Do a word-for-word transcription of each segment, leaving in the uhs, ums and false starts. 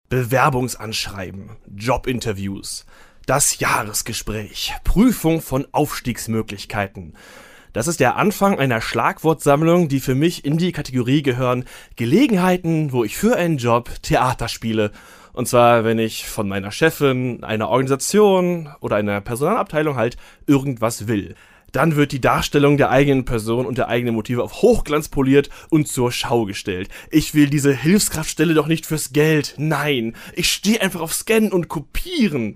Bewerbungsanschreiben, Jobinterviews, das Jahresgespräch, Prüfung von Aufstiegsmöglichkeiten. Das ist der Anfang einer Schlagwortsammlung, die für mich in die Kategorie gehören Gelegenheiten, wo ich für einen Job Theater spiele. Und zwar, wenn ich von meiner Chefin, einer Organisation oder einer Personalabteilung halt irgendwas will. Dann wird die Darstellung der eigenen Person und der eigenen Motive auf Hochglanz poliert und zur Schau gestellt. Ich will diese Hilfskraftstelle doch nicht fürs Geld. Nein, ich stehe einfach auf Scannen und Kopieren.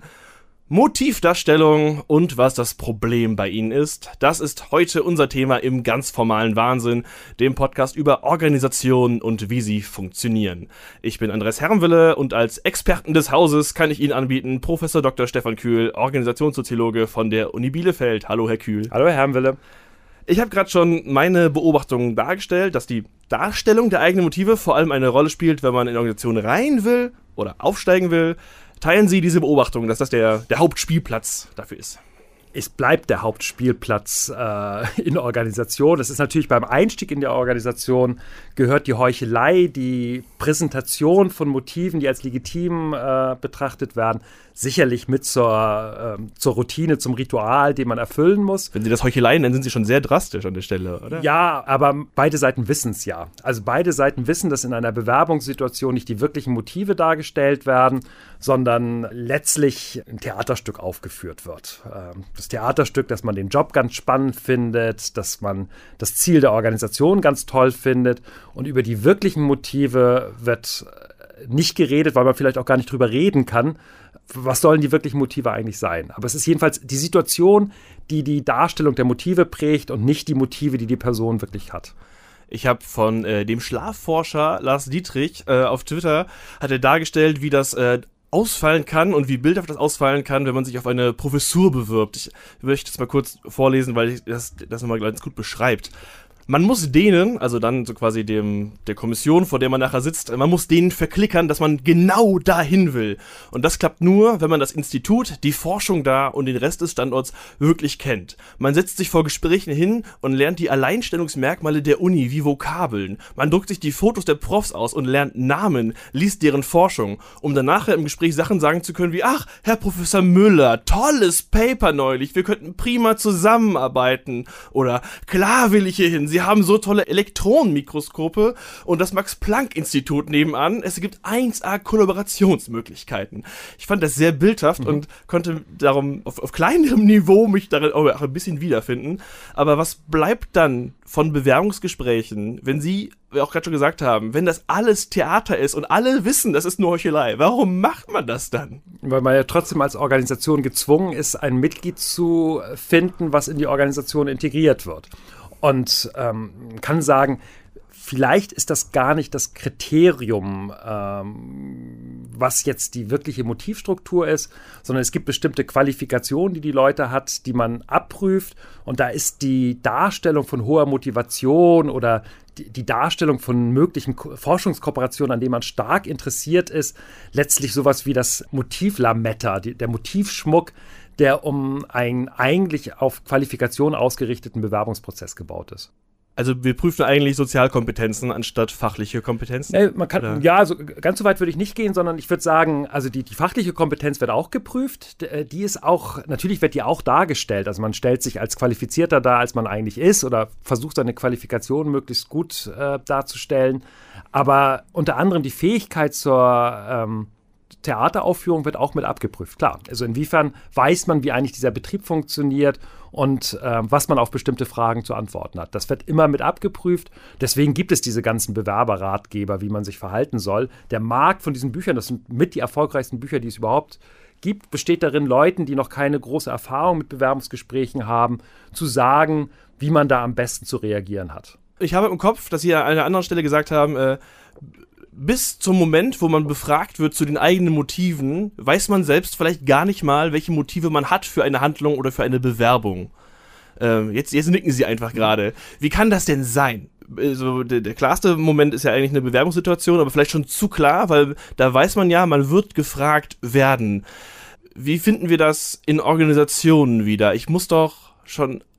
Motivdarstellung und was das Problem bei Ihnen ist, das ist heute unser Thema im ganz formalen Wahnsinn, dem Podcast über Organisationen und wie sie funktionieren. Ich bin Andreas Herrenwille und als Experten des Hauses kann ich Ihnen anbieten Professor Doktor Stefan Kühl, Organisationssoziologe von der Uni Bielefeld. Hallo Herr Kühl. Hallo Herr Herrenwille. Ich habe gerade schon meine Beobachtungen dargestellt, dass die Darstellung der eigenen Motive vor allem eine Rolle spielt, wenn man in eine Organisation rein will oder aufsteigen will. Teilen Sie diese Beobachtung, dass das der, der Hauptspielplatz dafür ist? Es bleibt der Hauptspielplatz äh, in der Organisation. Es ist natürlich beim Einstieg in der Organisation gehört die Heuchelei, die Präsentation von Motiven, die als legitim äh, betrachtet werden, sicherlich mit zur, äh, zur Routine, zum Ritual, den man erfüllen muss. Wenn Sie das Heuchelei nennen, sind Sie schon sehr drastisch an der Stelle, oder? Ja, aber beide Seiten wissen es ja. Also beide Seiten wissen, dass in einer Bewerbungssituation nicht die wirklichen Motive dargestellt werden, sondern letztlich ein Theaterstück aufgeführt wird. Ähm, das Theaterstück, dass man den Job ganz spannend findet, dass man das Ziel der Organisation ganz toll findet und über die wirklichen Motive wird nicht geredet, weil man vielleicht auch gar nicht drüber reden kann. Was sollen die wirklichen Motive eigentlich sein? Aber es ist jedenfalls die Situation, die die Darstellung der Motive prägt und nicht die Motive, die die Person wirklich hat. Ich habe von äh, dem Schlafforscher Lars Dietrich äh, auf Twitter, hat er dargestellt, wie das äh, ausfallen kann und wie bildhaft das ausfallen kann, wenn man sich auf eine Professur bewirbt. Ich möchte das mal kurz vorlesen, weil ich das, das nochmal ganz gut beschreibt. Man muss denen, also dann so quasi dem der Kommission, vor der man nachher sitzt, man muss denen verklickern, dass man genau dahin will. Und das klappt nur, wenn man das Institut, die Forschung da und den Rest des Standorts wirklich kennt. Man setzt sich vor Gesprächen hin und lernt die Alleinstellungsmerkmale der Uni wie Vokabeln. Man druckt sich die Fotos der Profs aus und lernt Namen, liest deren Forschung, um dann nachher im Gespräch Sachen sagen zu können wie, ach, Herr Professor Müller, tolles Paper neulich, wir könnten prima zusammenarbeiten. Oder, klar will ich hier hin, Sie haben so tolle Elektronenmikroskope und das Max-Planck-Institut nebenan. Es gibt eins A Kollaborationsmöglichkeiten. Ich fand das sehr bildhaft mhm. und konnte darum auf, auf kleinerem Niveau mich darin auch ein bisschen wiederfinden. Aber was bleibt dann von Bewerbungsgesprächen, wenn Sie, wie auch gerade schon gesagt haben, wenn das alles Theater ist und alle wissen, das ist nur Heuchelei? Warum macht man das dann? Weil man ja trotzdem als Organisation gezwungen ist, ein Mitglied zu finden, was in die Organisation integriert wird. Und ähm, kann sagen, vielleicht ist das gar nicht das Kriterium, ähm, was jetzt die wirkliche Motivstruktur ist, sondern es gibt bestimmte Qualifikationen, die die Leute hat, die man abprüft. Und da ist die Darstellung von hoher Motivation oder die, die Darstellung von möglichen Ko- Forschungskooperationen, an denen man stark interessiert ist, letztlich sowas wie das Motivlametta, die, der Motivschmuck, der um einen eigentlich auf Qualifikation ausgerichteten Bewerbungsprozess gebaut ist. Also wir prüfen eigentlich Sozialkompetenzen anstatt fachliche Kompetenzen? Nee, man kann, ja, also ganz so weit würde ich nicht gehen, sondern ich würde sagen, also die, die fachliche Kompetenz wird auch geprüft. Die ist auch, natürlich wird die auch dargestellt. Also man stellt sich als qualifizierter dar, als man eigentlich ist oder versucht seine Qualifikation möglichst gut äh, darzustellen. Aber unter anderem die Fähigkeit zur ähm, Theateraufführung wird auch mit abgeprüft, klar. Also inwiefern weiß man, wie eigentlich dieser Betrieb funktioniert und äh, was man auf bestimmte Fragen zu antworten hat. Das wird immer mit abgeprüft. Deswegen gibt es diese ganzen Bewerberratgeber, wie man sich verhalten soll. Der Markt von diesen Büchern, das sind mit die erfolgreichsten Bücher, die es überhaupt gibt, besteht darin, Leuten, die noch keine große Erfahrung mit Bewerbungsgesprächen haben, zu sagen, wie man da am besten zu reagieren hat. Ich habe im Kopf, dass Sie an einer anderen Stelle gesagt haben, äh, bis zum Moment, wo man befragt wird zu den eigenen Motiven, weiß man selbst vielleicht gar nicht mal, welche Motive man hat für eine Handlung oder für eine Bewerbung. Ähm, jetzt, jetzt nicken Sie einfach gerade. Wie kann das denn sein? Also der, der klarste Moment ist ja eigentlich eine Bewerbungssituation, aber vielleicht schon zu klar, weil da weiß man ja, man wird gefragt werden. Wie finden wir das in Organisationen wieder? Ich muss doch schon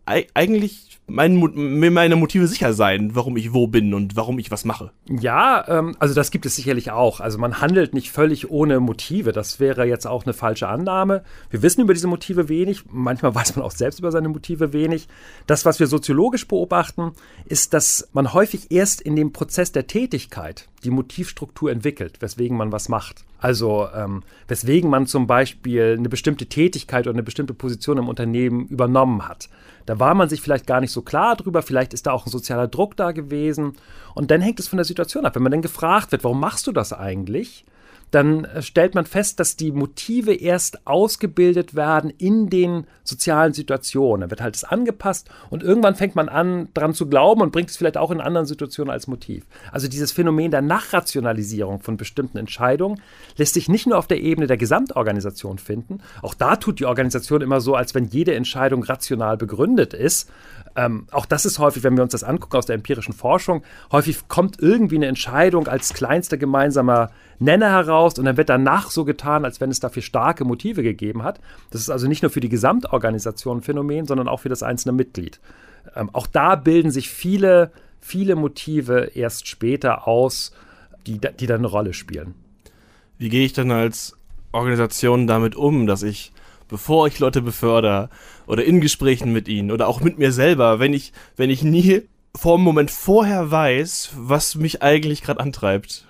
e- eigentlich mein, mir meine Motive sicher sein, warum ich wo bin und warum ich was mache. Ja, ähm, also das gibt es sicherlich auch. Also man handelt nicht völlig ohne Motive. Das wäre jetzt auch eine falsche Annahme. Wir wissen über diese Motive wenig. Manchmal weiß man auch selbst über seine Motive wenig. Das, was wir soziologisch beobachten, ist, dass man häufig erst in dem Prozess der Tätigkeit die Motivstruktur entwickelt, weswegen man was macht. Also ähm, weswegen man zum Beispiel eine bestimmte Tätigkeit oder eine bestimmte Position im Unternehmen übernommen hat. Da war man sich vielleicht gar nicht so klar drüber, vielleicht ist da auch ein sozialer Druck da gewesen. Und dann hängt es von der Situation ab. Wenn man dann gefragt wird, warum machst du das eigentlich? Dann stellt man fest, dass die Motive erst ausgebildet werden in den sozialen Situationen. Dann wird halt es angepasst und irgendwann fängt man an, dran zu glauben und bringt es vielleicht auch in anderen Situationen als Motiv. Also dieses Phänomen der Nachrationalisierung von bestimmten Entscheidungen lässt sich nicht nur auf der Ebene der Gesamtorganisation finden. Auch da tut die Organisation immer so, als wenn jede Entscheidung rational begründet ist. Ähm, auch das ist häufig, wenn wir uns das angucken aus der empirischen Forschung, häufig kommt irgendwie eine Entscheidung als kleinster gemeinsamer Nenner heraus und dann wird danach so getan, als wenn es dafür starke Motive gegeben hat. Das ist also nicht nur für die Gesamtorganisation ein Phänomen, sondern auch für das einzelne Mitglied. Ähm, auch da bilden sich viele, viele Motive erst später aus, die, die dann eine Rolle spielen. Wie gehe ich dann als Organisation damit um, dass ich, bevor ich Leute befördere oder in Gesprächen mit ihnen oder auch mit mir selber, wenn ich, wenn ich nie vor dem Moment vorher weiß, was mich eigentlich gerade antreibt?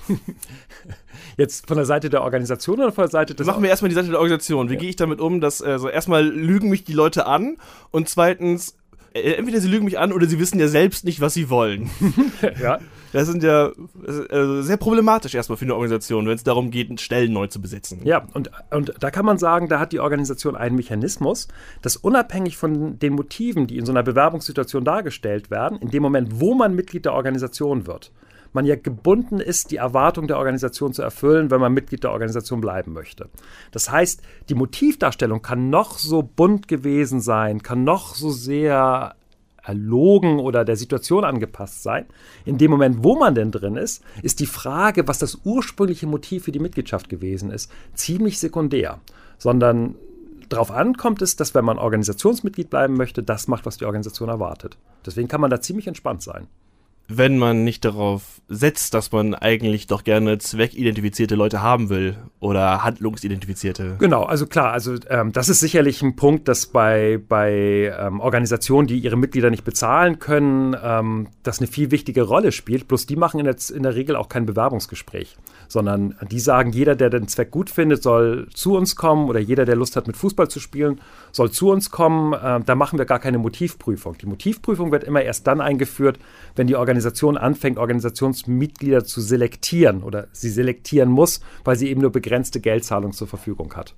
Jetzt von der Seite der Organisation oder von der Seite des... Machen wir erstmal die Seite der Organisation. Wie ja. gehe ich damit um, dass also erstmal lügen mich die Leute an und zweitens, äh, entweder sie lügen mich an oder sie wissen ja selbst nicht, was sie wollen. Ja. Das sind ja also sehr problematisch erstmal für eine Organisation, wenn es darum geht, Stellen neu zu besetzen. Ja, und, und da kann man sagen, da hat die Organisation einen Mechanismus, dass unabhängig von den Motiven, die in so einer Bewerbungssituation dargestellt werden, in dem Moment, wo man Mitglied der Organisation wird, man ja gebunden ist, die Erwartung der Organisation zu erfüllen, wenn man Mitglied der Organisation bleiben möchte. Das heißt, die Motivdarstellung kann noch so bunt gewesen sein, kann noch so sehr erlogen oder der Situation angepasst sein. In dem Moment, wo man denn drin ist, ist die Frage, was das ursprüngliche Motiv für die Mitgliedschaft gewesen ist, ziemlich sekundär. Sondern darauf ankommt es, dass wenn man Organisationsmitglied bleiben möchte, das macht, was die Organisation erwartet. Deswegen kann man da ziemlich entspannt sein. Wenn man nicht darauf setzt, dass man eigentlich doch gerne zweckidentifizierte Leute haben will oder handlungsidentifizierte. Genau, also klar, also ähm, das ist sicherlich ein Punkt, dass bei, bei ähm, Organisationen, die ihre Mitglieder nicht bezahlen können, ähm, das eine viel wichtige Rolle spielt. Bloß die machen in der, in der Regel auch kein Bewerbungsgespräch, sondern die sagen, jeder, der den Zweck gut findet, soll zu uns kommen oder jeder, der Lust hat, mit Fußball zu spielen, soll zu uns kommen. Äh, da machen wir gar keine Motivprüfung. Die Motivprüfung wird immer erst dann eingeführt, wenn die Organisation anfängt, Organisationsmitglieder zu selektieren oder sie selektieren muss, weil sie eben nur begrenzte Geldzahlung zur Verfügung hat.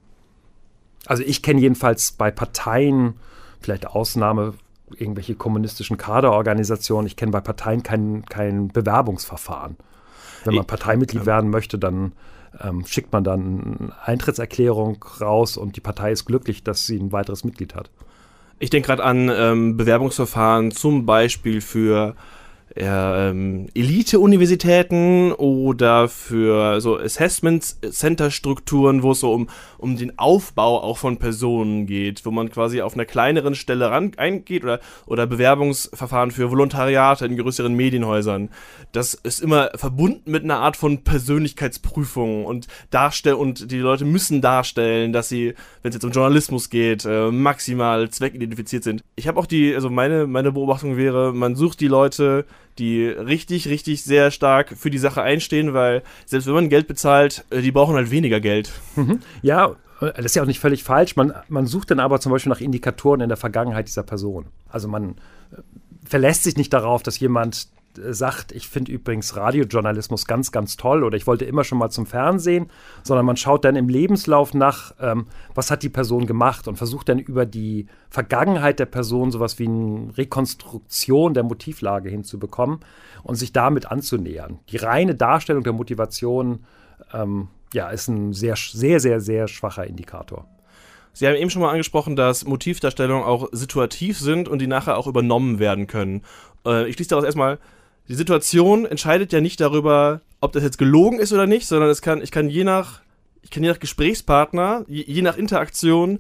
Also ich kenne jedenfalls bei Parteien, vielleicht Ausnahme, irgendwelche kommunistischen Kaderorganisationen, ich kenne bei Parteien kein, kein Bewerbungsverfahren. Wenn man Parteimitglied werden möchte, dann ähm, schickt man dann eine Eintrittserklärung raus und die Partei ist glücklich, dass sie ein weiteres Mitglied hat. Ich denke gerade an ähm, Bewerbungsverfahren zum Beispiel für ja, ähm, Elite-Universitäten oder für so Assessment-Center-Strukturen, wo es so um, um den Aufbau auch von Personen geht, wo man quasi auf einer kleineren Stelle ran eingeht oder, oder Bewerbungsverfahren für Volontariate in größeren Medienhäusern. Das ist immer verbunden mit einer Art von Persönlichkeitsprüfung und darstell und die Leute müssen darstellen, dass sie, wenn es jetzt um Journalismus geht, äh, maximal zweckidentifiziert sind. Ich habe auch die, also meine, meine Beobachtung wäre, man sucht die Leute, die richtig, richtig sehr stark für die Sache einstehen, weil selbst wenn man Geld bezahlt, die brauchen halt weniger Geld. Mhm. Ja, das ist ja auch nicht völlig falsch. Man, man sucht dann aber zum Beispiel nach Indikatoren in der Vergangenheit dieser Person. Also man verlässt sich nicht darauf, dass jemand sagt, ich finde übrigens Radiojournalismus ganz, ganz toll oder ich wollte immer schon mal zum Fernsehen, sondern man schaut dann im Lebenslauf nach, ähm, was hat die Person gemacht und versucht dann über die Vergangenheit der Person sowas wie eine Rekonstruktion der Motivlage hinzubekommen und sich damit anzunähern. Die reine Darstellung der Motivation ähm, ja, ist ein sehr, sehr, sehr, sehr schwacher Indikator. Sie haben eben schon mal angesprochen, dass Motivdarstellungen auch situativ sind und die nachher auch übernommen werden können. Äh, ich schließe daraus erstmal, die Situation entscheidet ja nicht darüber, ob das jetzt gelogen ist oder nicht, sondern es kann, ich kann je nach, ich kann je nach Gesprächspartner, je, je nach Interaktion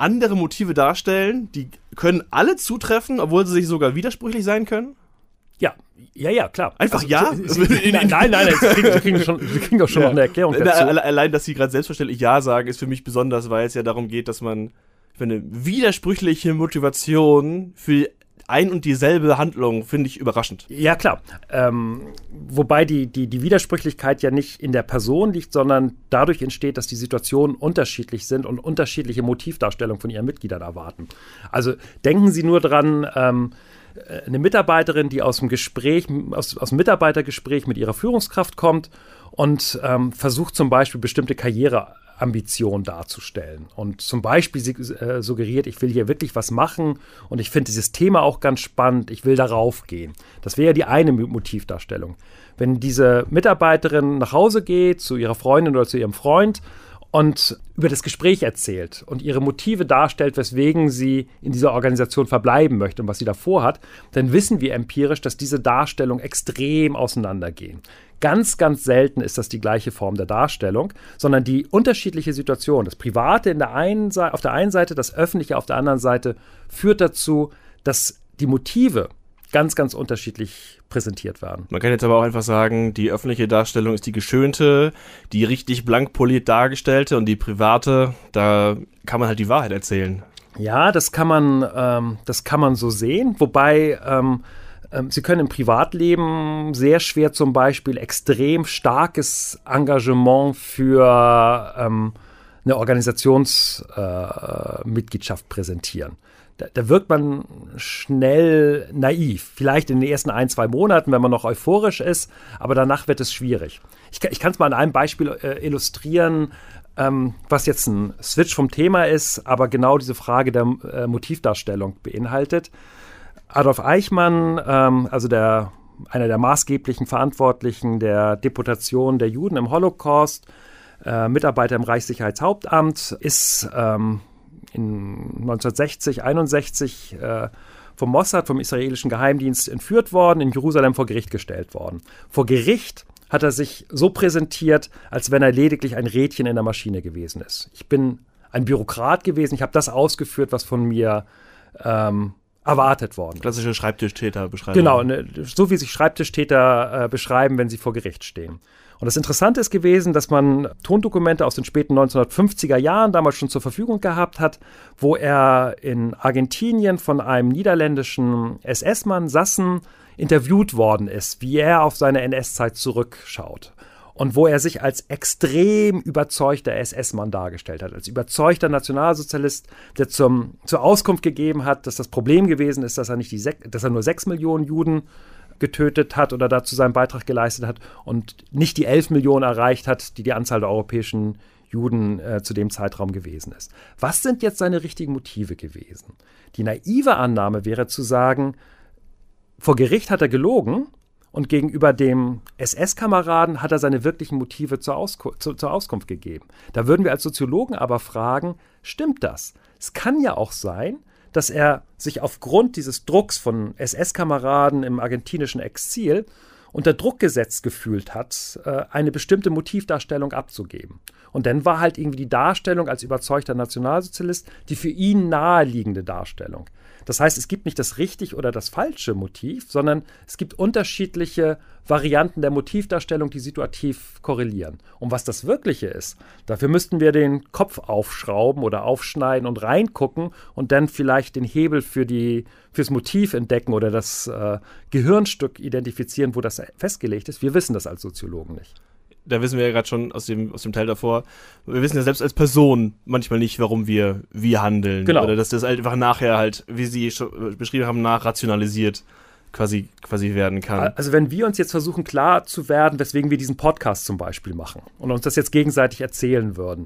andere Motive darstellen, die können alle zutreffen, obwohl sie sich sogar widersprüchlich sein können? Ja, ja, ja, klar. Einfach also, ja? Sie, Sie, nein, nein, nein, Sie kriegen, Sie kriegen, schon, Sie kriegen doch schon ja. noch eine Erklärung dazu. Allein, dass Sie gerade selbstverständlich ja sagen, ist für mich besonders, weil es ja darum geht, dass man für eine widersprüchliche Motivation für ein und dieselbe Handlung, finde ich überraschend. Ja, klar. Ähm, wobei die, die, die Widersprüchlichkeit ja nicht in der Person liegt, sondern dadurch entsteht, dass die Situationen unterschiedlich sind und unterschiedliche Motivdarstellungen von ihren Mitgliedern erwarten. Also denken Sie nur dran, ähm, eine Mitarbeiterin, die aus dem Gespräch, aus, aus dem Mitarbeitergespräch mit ihrer Führungskraft kommt und ähm, versucht zum Beispiel bestimmte Karriereambitionen darzustellen. Und zum Beispiel sie, äh, suggeriert, ich will hier wirklich was machen und ich finde dieses Thema auch ganz spannend, ich will darauf gehen. Das wäre ja die eine Motivdarstellung. Wenn diese Mitarbeiterin nach Hause geht, zu ihrer Freundin oder zu ihrem Freund, und über das Gespräch erzählt und ihre Motive darstellt, weswegen sie in dieser Organisation verbleiben möchte und was sie davor hat, dann wissen wir empirisch, dass diese Darstellungen extrem auseinandergehen. Ganz, ganz selten ist das die gleiche Form der Darstellung, sondern die unterschiedliche Situation, das Private in der einen Seite, auf der einen Seite, das Öffentliche auf der anderen Seite, führt dazu, dass die Motive ganz, ganz unterschiedlich präsentiert werden. Man kann jetzt aber auch einfach sagen, die öffentliche Darstellung ist die geschönte, die richtig blank poliert dargestellte und die private, da kann man halt die Wahrheit erzählen. Ja, das kann man, ähm, das kann man so sehen, wobei ähm, ähm, Sie können im Privatleben sehr schwer zum Beispiel extrem starkes Engagement für ähm, eine Organisationsmitgliedschaft äh, präsentieren. Da, da wirkt man schnell naiv. Vielleicht in den ersten ein, zwei Monaten, wenn man noch euphorisch ist, aber danach wird es schwierig. Ich, ich kann es mal an einem Beispiel äh, illustrieren, ähm, was jetzt ein Switch vom Thema ist, aber genau diese Frage der äh, Motivdarstellung beinhaltet. Adolf Eichmann, ähm, also der, einer der maßgeblichen Verantwortlichen der Deportation der Juden im Holocaust, äh, Mitarbeiter im Reichssicherheitshauptamt, ist ähm, in neunzehnhundertsechzig, einundsechzig äh, vom Mossad, vom israelischen Geheimdienst entführt worden, in Jerusalem vor Gericht gestellt worden. Vor Gericht hat er sich so präsentiert, als wenn er lediglich ein Rädchen in der Maschine gewesen ist. Ich bin ein Bürokrat gewesen, ich habe das ausgeführt, was von mir ähm, erwartet worden ist. Klassische Schreibtischtäter-Beschreibung. Genau, ne, so wie sich Schreibtischtäter äh, beschreiben, wenn sie vor Gericht stehen. Und das Interessante ist gewesen, dass man Tondokumente aus den späten neunzehnhundertfünfziger Jahren damals schon zur Verfügung gehabt hat, wo er in Argentinien von einem niederländischen S S-Mann, Sassen, interviewt worden ist, wie er auf seine N S-Zeit zurückschaut. Und wo er sich als extrem überzeugter S S-Mann dargestellt hat, als überzeugter Nationalsozialist, der zum, zur Auskunft gegeben hat, dass das Problem gewesen ist, dass er, nicht die sech, dass er nur sechs Millionen Juden getötet hat oder dazu seinen Beitrag geleistet hat und nicht die elf Millionen erreicht hat, die die Anzahl der europäischen Juden äh, zu dem Zeitraum gewesen ist. Was sind jetzt seine richtigen Motive gewesen? Die naive Annahme wäre zu sagen, vor Gericht hat er gelogen und gegenüber dem S S-Kameraden hat er seine wirklichen Motive zur, Ausku- zu, zur Auskunft gegeben. Da würden wir als Soziologen aber fragen, stimmt das? Es kann ja auch sein, dass er sich aufgrund dieses Drucks von S S-Kameraden im argentinischen Exil unter Druck gesetzt gefühlt hat, eine bestimmte Motivdarstellung abzugeben. Und dann war halt irgendwie die Darstellung als überzeugter Nationalsozialist die für ihn naheliegende Darstellung. Das heißt, es gibt nicht das richtig oder das falsche Motiv, sondern es gibt unterschiedliche Varianten der Motivdarstellung, die situativ korrelieren. Und was das Wirkliche ist, dafür müssten wir den Kopf aufschrauben oder aufschneiden und reingucken und dann vielleicht den Hebel für die, fürs Motiv entdecken oder das äh, Gehirnstück identifizieren, wo das festgelegt ist. Wir wissen das als Soziologen nicht. Da wissen wir ja gerade schon aus dem, aus dem Teil davor, wir wissen ja selbst als Person manchmal nicht, warum wir wie handeln. Genau. Oder dass das halt einfach nachher halt, wie Sie schon beschrieben haben, nachrationalisiert quasi, quasi werden kann. Also wenn wir uns jetzt versuchen klar zu werden, weswegen wir diesen Podcast zum Beispiel machen und uns das jetzt gegenseitig erzählen würden,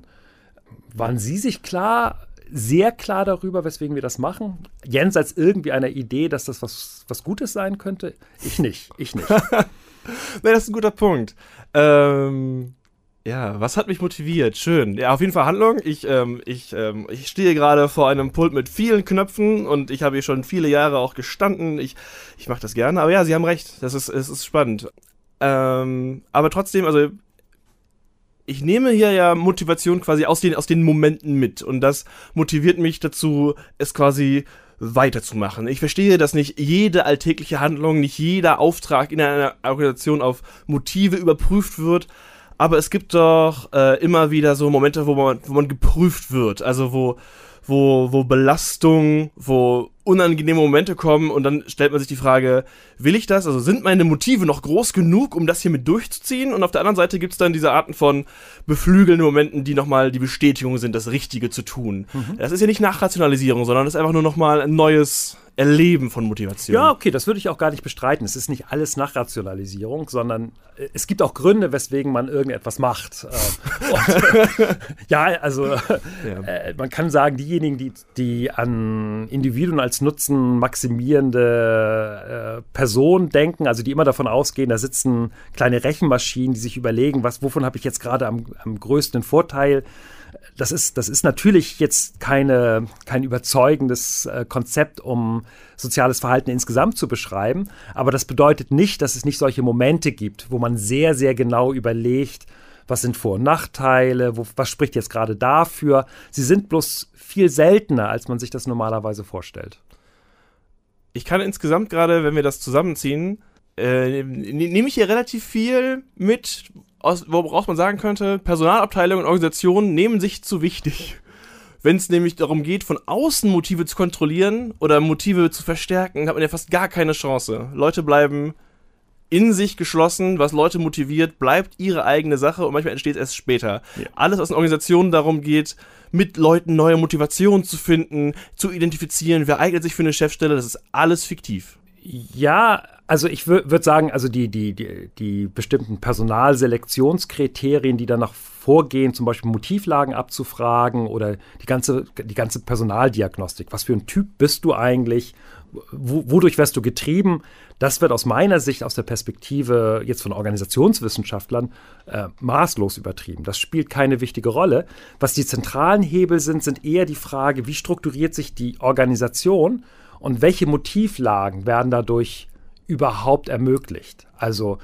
waren Sie sich klar, sehr klar darüber, weswegen wir das machen? Jenseits irgendwie einer Idee, dass das was, was Gutes sein könnte? Ich nicht, ich nicht. Nee, das ist ein guter Punkt. Ähm, ja, was hat mich motiviert? Schön. Ja, auf jeden Fall Handlung. Ich, ähm, ich, ähm, ich stehe gerade vor einem Pult mit vielen Knöpfen und ich habe hier schon viele Jahre auch gestanden. Ich, ich mache das gerne, aber ja, Sie haben recht. Das ist, es ist spannend. Ähm, aber trotzdem, also ich nehme hier ja Motivation quasi aus den, aus den Momenten mit und das motiviert mich dazu, es quasi weiterzumachen. Ich verstehe, dass nicht jede alltägliche Handlung, nicht jeder Auftrag in einer Organisation auf Motive überprüft wird, aber es gibt doch äh, immer wieder so Momente, wo man, wo man geprüft wird, also wo wo, wo Belastung, wo unangenehme Momente kommen und dann stellt man sich die Frage, will ich das? Also sind meine Motive noch groß genug, um das hier mit durchzuziehen? Und auf der anderen Seite gibt es dann diese Arten von beflügelnden Momenten, die nochmal die Bestätigung sind, das Richtige zu tun. Mhm. Das ist ja nicht Nachrationalisierung, sondern das ist einfach nur nochmal ein neues Erleben von Motivation. Ja, okay, das würde ich auch gar nicht bestreiten. Es ist nicht alles Nachrationalisierung, sondern es gibt auch Gründe, weswegen man irgendetwas macht. Und, ja, also ja. Äh, man kann sagen, diejenigen, die, die an Individuen als Nutzen maximierende äh, Personen denken, also die immer davon ausgehen, da sitzen kleine Rechenmaschinen, die sich überlegen, was, wovon habe ich jetzt gerade am, am größten Vorteil. Das ist, das ist natürlich jetzt keine, kein überzeugendes äh, Konzept, um soziales Verhalten insgesamt zu beschreiben. Aber das bedeutet nicht, dass es nicht solche Momente gibt, wo man sehr, sehr genau überlegt, was sind Vor- und Nachteile, wo, was spricht jetzt gerade dafür. Sie sind bloß viel seltener, als man sich das normalerweise vorstellt. Ich kann insgesamt gerade, wenn wir das zusammenziehen, äh, nehme ich hier relativ viel mit, aus, woraus man sagen könnte, Personalabteilungen und Organisationen nehmen sich zu wichtig. Wenn es nämlich darum geht, von außen Motive zu kontrollieren oder Motive zu verstärken, hat man ja fast gar keine Chance. Leute bleiben in sich geschlossen, was Leute motiviert, bleibt ihre eigene Sache und manchmal entsteht es erst später. Ja. Alles, was in Organisationen darum geht, mit Leuten neue Motivationen zu finden, zu identifizieren, wer eignet sich für eine Chefstelle, das ist alles fiktiv. Ja, also ich würde sagen, also die, die, die, die bestimmten Personalselektionskriterien, die danach vorgehen, zum Beispiel Motivlagen abzufragen oder die ganze, die ganze Personaldiagnostik. Was für ein Typ bist du eigentlich? Wo, wodurch wirst du getrieben? Das wird aus meiner Sicht, aus der Perspektive jetzt von Organisationswissenschaftlern, äh, maßlos übertrieben. Das spielt keine wichtige Rolle. Was die zentralen Hebel sind, sind eher die Frage, wie strukturiert sich die Organisation und welche Motivlagen werden dadurch überhaupt ermöglicht? Also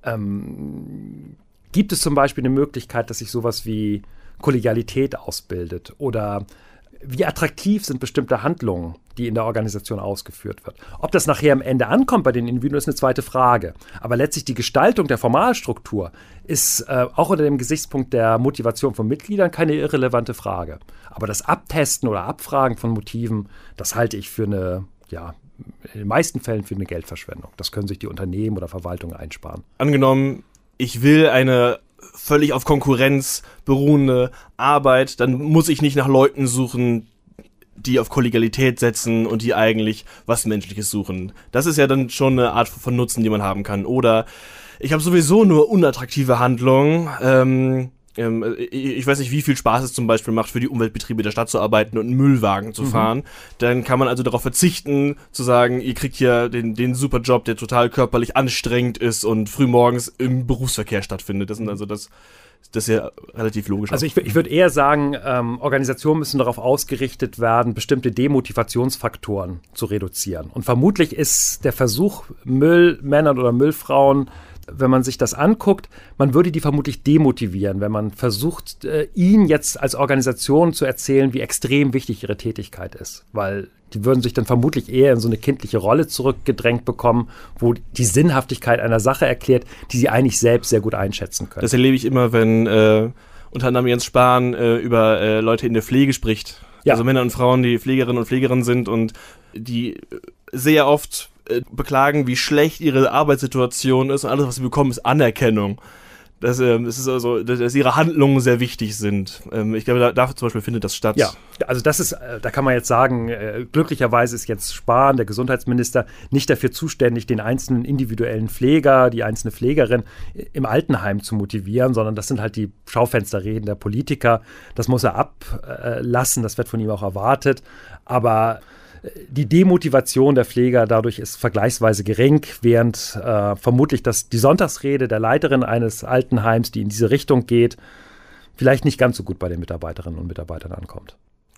ähm, gibt es zum Beispiel eine Möglichkeit, dass sich sowas wie Kollegialität ausbildet? Oder wie attraktiv sind bestimmte Handlungen, die in der Organisation ausgeführt wird? Ob das nachher am Ende ankommt bei den Individuen, ist eine zweite Frage. Aber letztlich die Gestaltung der Formalstruktur ist äh, auch unter dem Gesichtspunkt der Motivation von Mitgliedern keine irrelevante Frage. Aber das Abtesten oder Abfragen von Motiven, das halte ich für eine, ja, in den meisten Fällen für eine Geldverschwendung. Das können sich die Unternehmen oder Verwaltungen einsparen. Angenommen, ich will eine völlig auf Konkurrenz beruhende Arbeit, dann muss ich nicht nach Leuten suchen, die auf Kollegialität setzen und die eigentlich was Menschliches suchen. Das ist ja dann schon eine Art von Nutzen, die man haben kann. Oder ich habe sowieso nur unattraktive Handlungen. Ähm, ähm, ich weiß nicht, wie viel Spaß es zum Beispiel macht, für die Umweltbetriebe der Stadt zu arbeiten und einen Müllwagen zu fahren. Mhm. Dann kann man also darauf verzichten, zu sagen, ihr kriegt hier den, den super Job, der total körperlich anstrengend ist und frühmorgens im Berufsverkehr stattfindet. Das sind also das... Das ist ja relativ logisch. Also ich, ich würde eher sagen, ähm, Organisationen müssen darauf ausgerichtet werden, bestimmte Demotivationsfaktoren zu reduzieren. Und vermutlich ist der Versuch, Müllmännern oder Müllfrauen, wenn man sich das anguckt, man würde die vermutlich demotivieren, wenn man versucht, äh, ihnen jetzt als Organisation zu erzählen, wie extrem wichtig ihre Tätigkeit ist. Weil die würden sich dann vermutlich eher in so eine kindliche Rolle zurückgedrängt bekommen, wo die Sinnhaftigkeit einer Sache erklärt, die sie eigentlich selbst sehr gut einschätzen können. Das erlebe ich immer, wenn äh, unter anderem Jens Spahn äh, über äh, Leute in der Pflege spricht. Ja. Also Männer und Frauen, die Pflegerinnen und Pflegerinnen sind und die sehr oft äh, beklagen, wie schlecht ihre Arbeitssituation ist und alles, was sie bekommen, ist Anerkennung. Dass, ähm, es ist also, dass ihre Handlungen sehr wichtig sind. Ähm, ich glaube, da, dafür zum Beispiel findet das statt. Ja, also das ist, äh, da kann man jetzt sagen, äh, glücklicherweise ist jetzt Spahn, der Gesundheitsminister, nicht dafür zuständig, den einzelnen individuellen Pfleger, die einzelne Pflegerin im Altenheim zu motivieren, sondern das sind halt die Schaufensterreden der Politiker. Das muss er ablassen, das wird von ihm auch erwartet. Aber die Demotivation der Pfleger dadurch ist vergleichsweise gering, während äh, vermutlich das, die Sonntagsrede der Leiterin eines Altenheims, die in diese Richtung geht, vielleicht nicht ganz so gut bei den Mitarbeiterinnen und Mitarbeitern ankommt.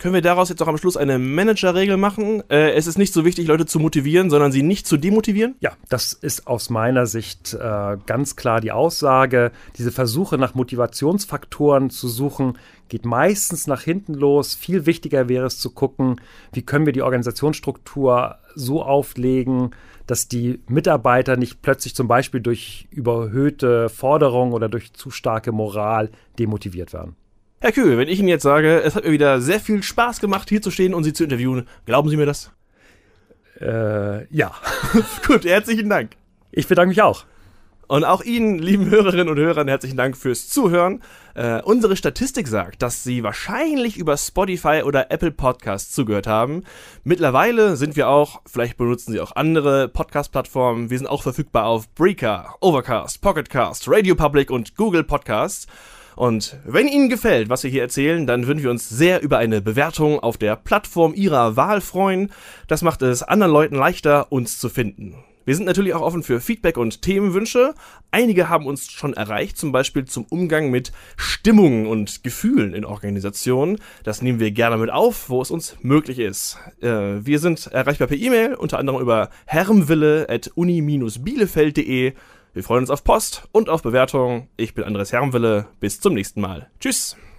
Können wir daraus jetzt auch am Schluss eine Managerregel machen? Äh, es ist nicht so wichtig, Leute zu motivieren, sondern sie nicht zu demotivieren? Ja, das ist aus meiner Sicht äh, ganz klar die Aussage. Diese Versuche nach Motivationsfaktoren zu suchen, geht meistens nach hinten los. Viel wichtiger wäre es zu gucken, wie können wir die Organisationsstruktur so auflegen, dass die Mitarbeiter nicht plötzlich zum Beispiel durch überhöhte Forderungen oder durch zu starke Moral demotiviert werden. Herr Kühl, wenn ich Ihnen jetzt sage, es hat mir wieder sehr viel Spaß gemacht, hier zu stehen und Sie zu interviewen, glauben Sie mir das? Äh, ja. Gut, herzlichen Dank. Ich bedanke mich auch. Und auch Ihnen, lieben Hörerinnen und Hörern, herzlichen Dank fürs Zuhören. Äh, unsere Statistik sagt, dass Sie wahrscheinlich über Spotify oder Apple Podcasts zugehört haben. Mittlerweile sind wir auch, vielleicht benutzen Sie auch andere Podcast-Plattformen, wir sind auch verfügbar auf Breaker, Overcast, Pocketcast, Radio Public und Google Podcasts. Und wenn Ihnen gefällt, was wir hier erzählen, dann würden wir uns sehr über eine Bewertung auf der Plattform Ihrer Wahl freuen. Das macht es anderen Leuten leichter, uns zu finden. Wir sind natürlich auch offen für Feedback und Themenwünsche. Einige haben uns schon erreicht, zum Beispiel zum Umgang mit Stimmungen und Gefühlen in Organisationen. Das nehmen wir gerne mit auf, wo es uns möglich ist. Äh, wir sind erreichbar per E-Mail, unter anderem über hermwille at uni Bindestrich bielefeld punkt de. Wir freuen uns auf Post und auf Bewertungen. Ich bin Andres Hermwille. Bis zum nächsten Mal. Tschüss.